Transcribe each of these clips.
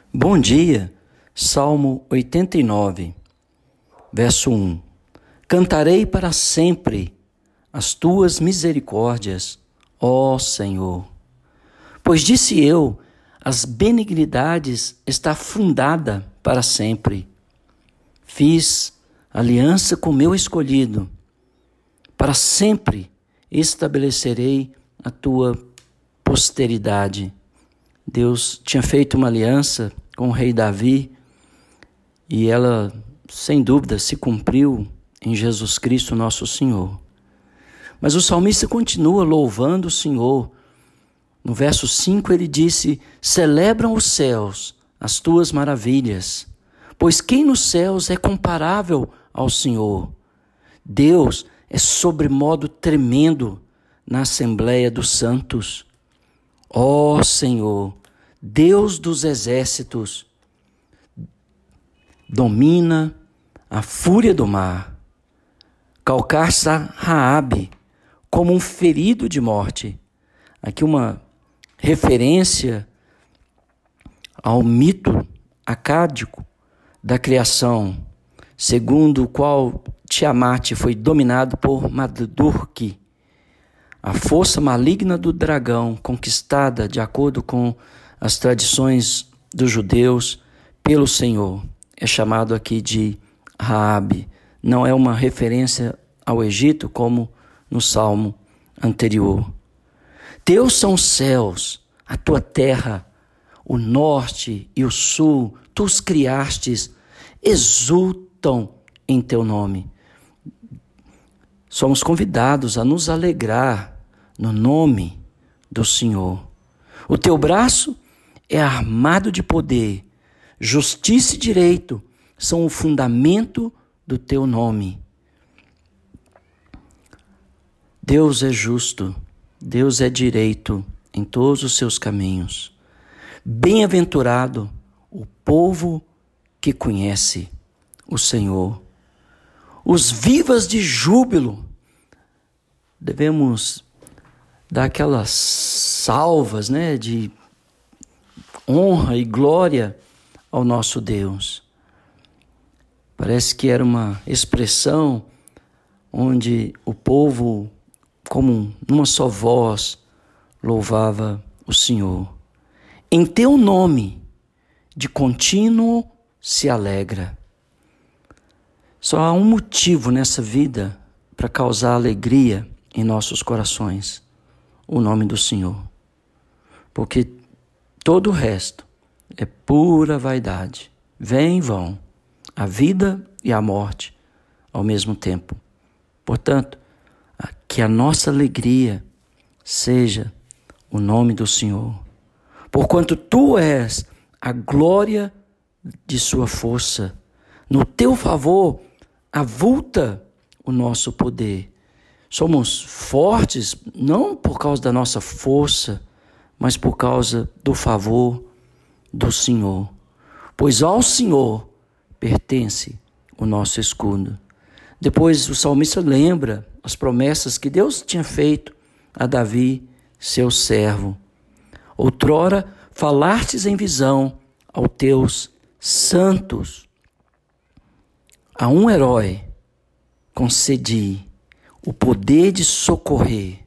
Bom dia, Salmo 89, verso 1. Cantarei para sempre as tuas misericórdias, ó Senhor. Pois disse eu, as benignidades está fundada para sempre. Fiz aliança com meu escolhido, para sempre estabelecerei a tua posteridade. Deus tinha feito uma aliança com o rei Davi e ela, sem dúvida, se cumpriu em Jesus Cristo, nosso Senhor. Mas o salmista continua louvando o Senhor. No verso 5 ele disse: celebram os céus as tuas maravilhas, pois quem nos céus é comparável ao Senhor? Deus é sobremodo tremendo na Assembleia dos Santos. Ó Senhor, Deus dos exércitos, domina a fúria do mar. Calcar-se Raabe como um ferido de morte. Aqui uma referência ao mito acádico da criação, segundo o qual Tiamat foi dominado por Marduk, a força maligna do dragão, conquistada, de acordo com as tradições dos judeus, pelo Senhor. É chamado aqui de Raabe. Não é uma referência ao Egito, como no salmo anterior. Teus são os céus, a tua terra, o norte e o sul, tu os criastes, exultam em teu nome. Somos convidados a nos alegrar no nome do Senhor. O teu braço é armado de poder, justiça e direito são o fundamento do teu nome. Deus é justo, Deus é direito em todos os seus caminhos. Bem-aventurado o povo que conhece o Senhor. Os vivas de júbilo, devemos dar aquelas salvas, de honra e glória ao nosso Deus. Parece que era uma expressão onde o povo, como numa só voz, louvava o Senhor. Em teu nome, de contínuo se alegra. Só há um motivo nessa vida para causar alegria em nossos corações: o nome do Senhor. Porque todo o resto é pura vaidade. Vem e vão, a vida e a morte ao mesmo tempo. Portanto, que a nossa alegria seja o nome do Senhor. Porquanto tu és a glória de sua força, no teu favor avulta o nosso poder. Somos fortes não por causa da nossa força, mas por causa do favor do Senhor. Pois ao Senhor pertence o nosso escudo. Depois o salmista lembra as promessas que Deus tinha feito a Davi, seu servo. Outrora falastes em visão aos teus santos. A um herói concedi o poder de socorrer.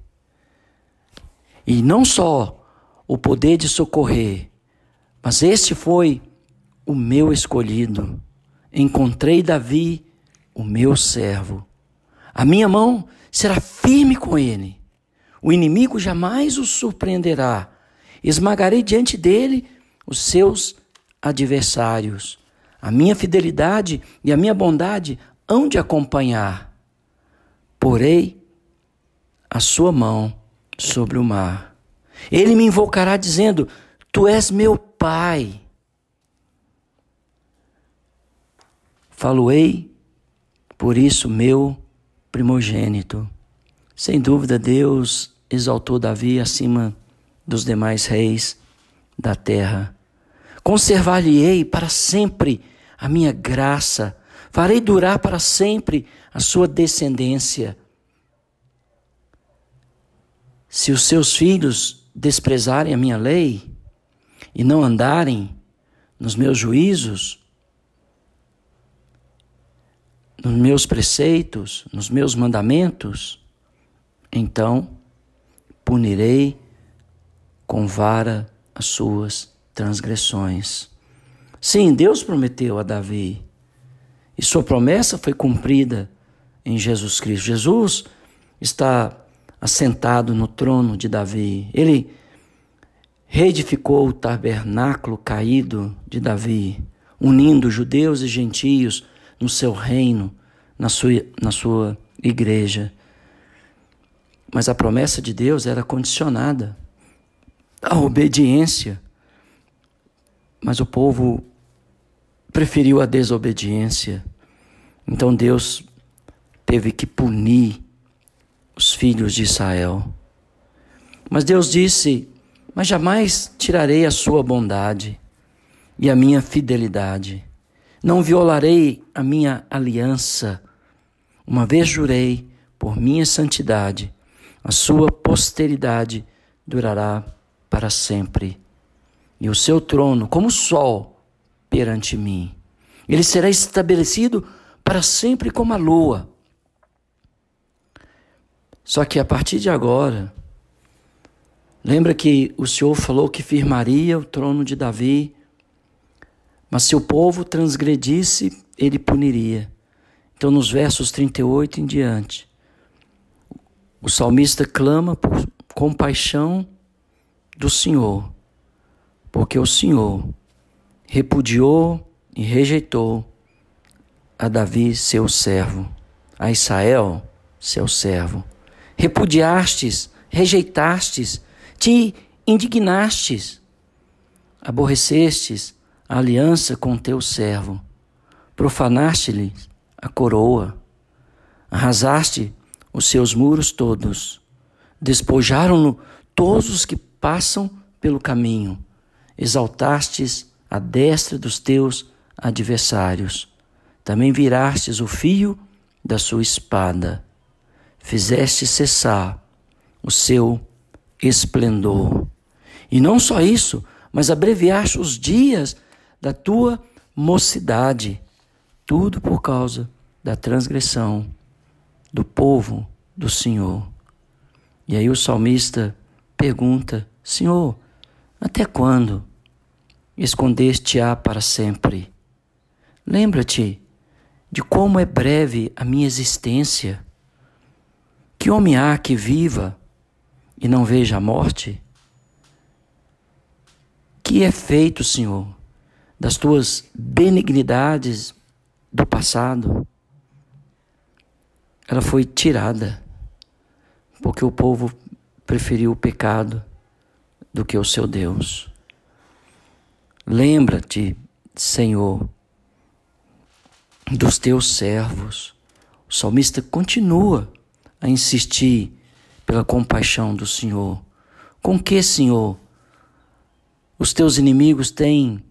E não só o poder de socorrer, mas este foi o meu escolhido. Encontrei Davi, o meu servo. A minha mão será firme com ele. O inimigo jamais o surpreenderá. Esmagarei diante dele os seus adversários. A minha fidelidade e a minha bondade hão de acompanhar. Porei a sua mão sobre o mar. Ele me invocará dizendo: tu és meu Pai. Falo-ei, por isso, meu primogênito. Sem dúvida, Deus exaltou Davi acima dos demais reis da terra. Conservar-lhe-ei para sempre a minha graça, farei durar para sempre a sua descendência. Se os seus filhos desprezarem a minha lei e não andarem nos meus juízos, nos meus preceitos, nos meus mandamentos, então punirei com vara as suas transgressões. Sim, Deus prometeu a Davi, e sua promessa foi cumprida em Jesus Cristo. Jesus está assentado no trono de Davi. Ele reedificou o tabernáculo caído de Davi, unindo judeus e gentios no seu reino, na sua igreja. Mas a promessa de Deus era condicionada à obediência. Mas o povo preferiu a desobediência. Então Deus teve que punir os filhos de Israel. Mas Deus disse: mas jamais tirarei a sua bondade e a minha fidelidade. Não violarei a minha aliança. Uma vez jurei por minha santidade, a sua posteridade durará para sempre. E o seu trono, como o sol perante mim. Ele será estabelecido para sempre como a lua. Só que a partir de agora, lembra que o Senhor falou que firmaria o trono de Davi, mas se o povo transgredisse, ele puniria. Então, nos versos 38 em diante, o salmista clama por compaixão do Senhor, porque o Senhor repudiou e rejeitou a Davi, seu servo, a Israel, seu servo. Repudiastes, rejeitastes, te indignastes, aborrecestes a aliança com teu servo, profanaste-lhe a coroa, arrasaste os seus muros todos, despojaram-no todos os que passam pelo caminho, exaltastes a destra dos teus adversários, também virastes o fio da sua espada, fizeste cessar o seu esplendor. E não só isso, mas abreviaste os dias da tua mocidade, tudo por causa da transgressão do povo do Senhor. E aí o salmista pergunta: Senhor, até quando escondeste-á para sempre? Lembra-te de como é breve a minha existência. Que homem há que viva e não veja a morte? Que é feito, Senhor, das tuas benignidades do passado? Ela foi tirada, porque o povo preferiu o pecado do que o seu Deus. Lembra-te, Senhor, dos teus servos. O salmista continua a insistir pela compaixão do Senhor. Com que, Senhor, os teus inimigos têm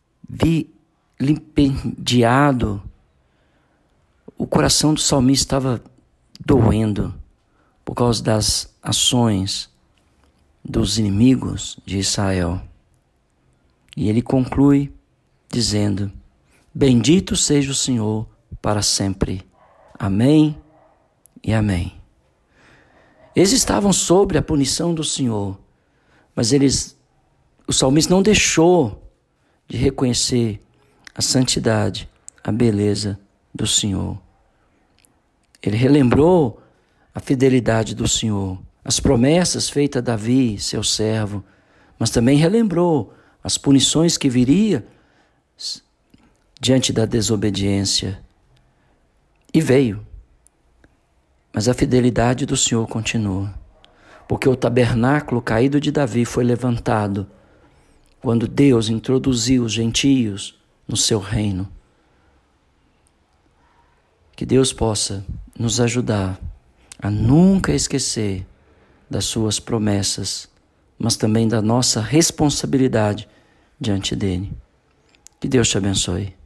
vilipendiado? O coração do salmista estava doendo por causa das ações dos inimigos de Israel. E ele conclui dizendo: bendito seja o Senhor para sempre. Amém e amém. Eles estavam sob a punição do Senhor, mas o salmista não deixou de reconhecer a santidade, a beleza do Senhor. Ele relembrou a fidelidade do Senhor, as promessas feitas a Davi, seu servo, mas também relembrou as punições que viria diante da desobediência. E veio. Mas a fidelidade do Senhor continua, porque o tabernáculo caído de Davi foi levantado quando Deus introduziu os gentios no seu reino. Que Deus possa nos ajudar a nunca esquecer das suas promessas, mas também da nossa responsabilidade diante dele. Que Deus te abençoe.